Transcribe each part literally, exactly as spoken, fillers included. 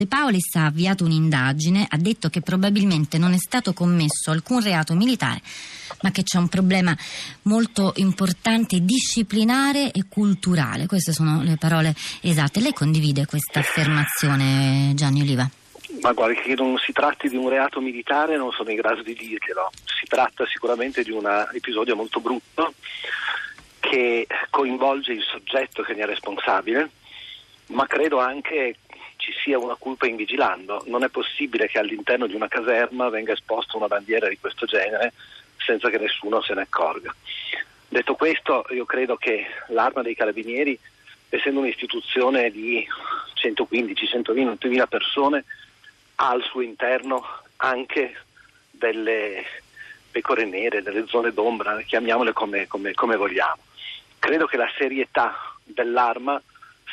De Paolis ha avviato un'indagine, ha detto che probabilmente non è stato commesso alcun reato militare, ma che c'è un problema molto importante, disciplinare e culturale. Queste sono le parole esatte. Lei condivide questa affermazione, Gianni Oliva? Ma guardi, che non si tratti di un reato militare non sono in grado di dirglielo. Si tratta sicuramente di un episodio molto brutto che coinvolge il soggetto che ne è responsabile, ma credo anche ci sia una culpa in vigilando. Non è possibile che all'interno di una caserma venga esposta una bandiera di questo genere senza che nessuno se ne accorga. Detto questo, io credo che l'Arma dei Carabinieri, essendo un'istituzione di centoquindici centoventi persone, ha al suo interno anche delle pecore nere, delle zone d'ombra, chiamiamole come, come, come vogliamo. Credo che la serietà dell'Arma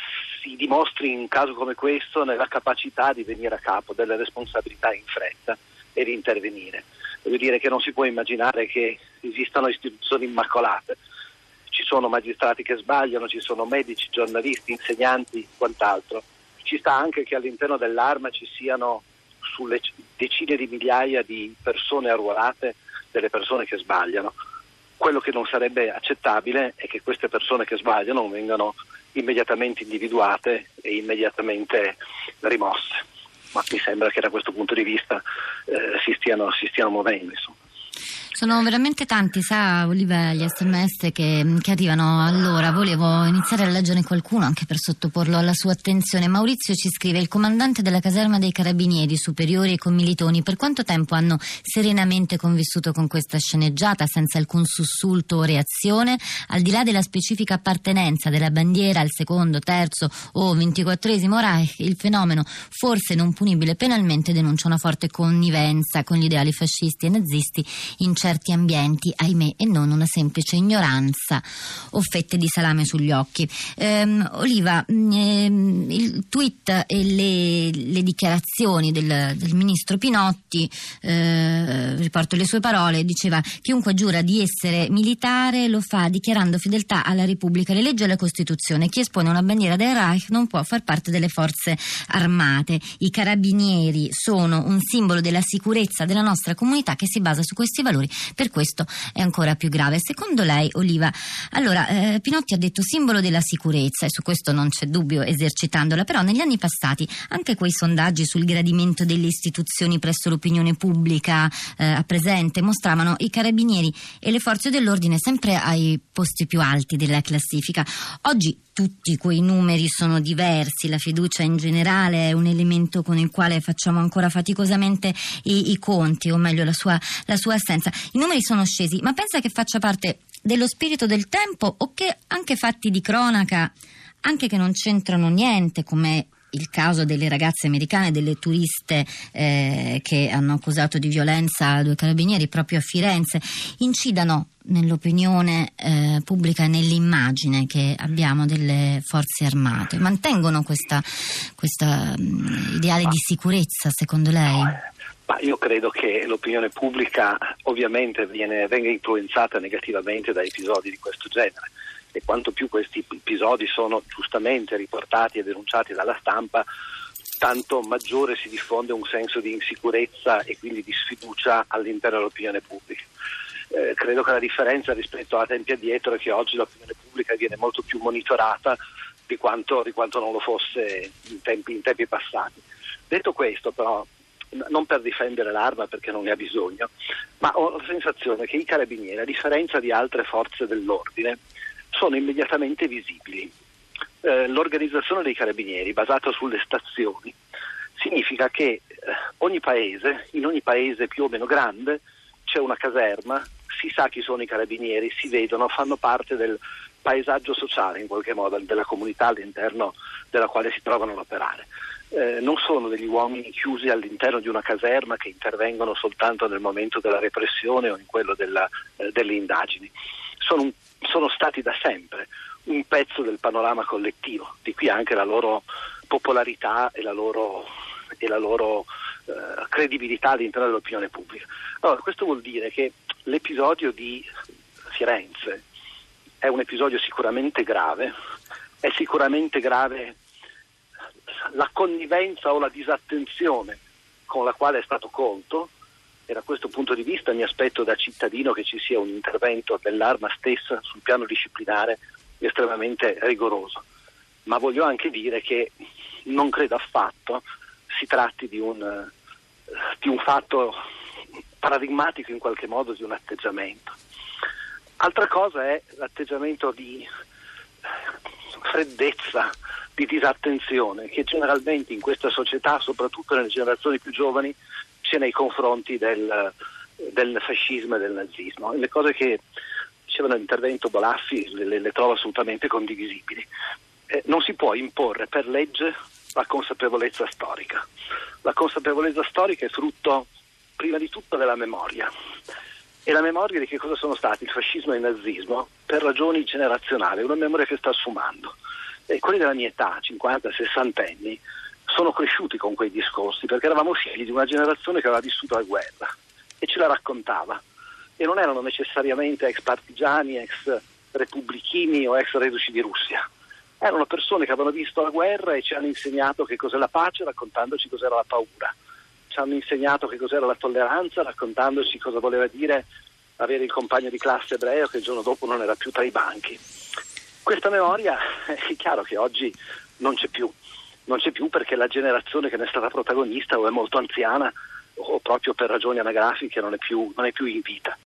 si dimostri in un caso come questo nella capacità di venire a capo delle responsabilità in fretta e di intervenire. Voglio dire che non si può immaginare che esistano istituzioni immacolate. Ci sono magistrati che sbagliano, ci sono medici, giornalisti, insegnanti, quant'altro. Ci sta anche che all'interno dell'Arma ci siano sulle decine di migliaia di persone arruolate delle persone che sbagliano. Quello che non sarebbe accettabile è che queste persone che sbagliano vengano immediatamente individuate e immediatamente rimosse, ma mi sembra che da questo punto di vista eh, si stiano, si stiano muovendo, insomma. Sono veramente tanti, sa Oliva, gli sms che, che arrivano. Allora, volevo iniziare a leggere qualcuno anche per sottoporlo alla sua attenzione. Maurizio ci scrive: il comandante della caserma dei Carabinieri superiori e i commilitoni per quanto tempo hanno serenamente convissuto con questa sceneggiata senza alcun sussulto o reazione? Al di là della specifica appartenenza della bandiera al secondo, terzo o ventiquattresimo Reich, il fenomeno, forse non punibile penalmente, denuncia una forte connivenza con gli ideali fascisti e nazisti in certi ambienti, ahimè, e non una semplice ignoranza o fette di salame sugli occhi. Ehm, Oliva, ehm, il tweet e le, le dichiarazioni del, del ministro Pinotti, eh, riporto le sue parole, diceva: chiunque giura di essere militare lo fa dichiarando fedeltà alla Repubblica, le leggi e alla Costituzione. Chi espone una bandiera del Reich non può far parte delle forze armate. I carabinieri sono un simbolo della sicurezza della nostra comunità che si basa su questi valori. Per questo è ancora più grave. Secondo lei, Oliva, allora eh, Pinotti ha detto simbolo della sicurezza e su questo non c'è dubbio, esercitandola, però negli anni passati anche quei sondaggi sul gradimento delle istituzioni presso l'opinione pubblica eh, a presente mostravano i carabinieri e le forze dell'ordine sempre ai posti più alti della classifica. Oggi tutti quei numeri sono diversi, la fiducia in generale è un elemento con il quale facciamo ancora faticosamente i, i conti, o meglio la sua, la sua assenza. I numeri sono scesi, ma pensa che faccia parte dello spirito del tempo o che anche fatti di cronaca, anche che non c'entrano niente, come il caso delle ragazze americane, delle turiste eh, che hanno accusato di violenza due carabinieri proprio a Firenze, incidano nell'opinione eh, pubblica e nell'immagine che abbiamo delle forze armate? Mantengono questa, questa um, ideale di sicurezza, secondo lei? Ma io credo che l'opinione pubblica ovviamente viene, venga influenzata negativamente da episodi di questo genere, e quanto più questi episodi sono giustamente riportati e denunciati dalla stampa, tanto maggiore si diffonde un senso di insicurezza e quindi di sfiducia all'interno dell'opinione pubblica. Eh, credo che la differenza rispetto a tempi addietro è che oggi l'opinione pubblica viene molto più monitorata di quanto, di quanto non lo fosse in tempi, in tempi passati. Detto questo, però, non per difendere l'Arma perché non ne ha bisogno, ma ho la sensazione che i carabinieri, a differenza di altre forze dell'ordine, sono immediatamente visibili. Eh, l'organizzazione dei carabinieri basata sulle stazioni significa che eh, ogni paese, in ogni paese più o meno grande, c'è una caserma, si sa chi sono i carabinieri, si vedono, fanno parte del paesaggio sociale in qualche modo della comunità all'interno della quale si trovano ad operare. Eh, non sono degli uomini chiusi all'interno di una caserma che intervengono soltanto nel momento della repressione o in quello della, eh, delle indagini. Sono, un, sono stati da sempre un pezzo del panorama collettivo, di qui anche la loro popolarità e la loro, e la loro eh, credibilità all'interno dell'opinione pubblica. Allora, questo vuol dire che l'episodio di Firenze è un episodio sicuramente grave, è sicuramente grave la connivenza o la disattenzione con la quale è stato colto, e da questo punto di vista mi aspetto da cittadino che ci sia un intervento dell'Arma stessa sul piano disciplinare estremamente rigoroso. Ma voglio anche dire che non credo affatto si tratti di un, di un fatto paradigmatico in qualche modo di un atteggiamento. Altra cosa è l'atteggiamento di freddezza, di disattenzione che generalmente in questa società, soprattutto nelle generazioni più giovani, c'è nei confronti del, del fascismo e del nazismo. Le cose che diceva nell'intervento Bolaffi le, le trovo assolutamente condivisibili. Eh, non si può imporre per legge la consapevolezza storica. La consapevolezza storica è frutto prima di tutto della memoria. E la memoria di che cosa sono stati il fascismo e il nazismo per ragioni generazionali, una memoria che sta sfumando. E quelli della mia età, cinquanta sessanta anni, sono cresciuti con quei discorsi perché eravamo figli di una generazione che aveva vissuto la guerra e ce la raccontava. E non erano necessariamente ex partigiani, ex repubblichini o ex reduci di Russia. Erano persone che avevano visto la guerra e ci hanno insegnato che cos'è la pace raccontandoci cos'era la paura. Ci hanno insegnato che cos'era la tolleranza raccontandoci cosa voleva dire avere il compagno di classe ebreo che il giorno dopo non era più tra i banchi. Questa memoria è chiaro che oggi non c'è più, non c'è più perché la generazione che ne è stata protagonista o è molto anziana o proprio per ragioni anagrafiche non è più, non è più in vita.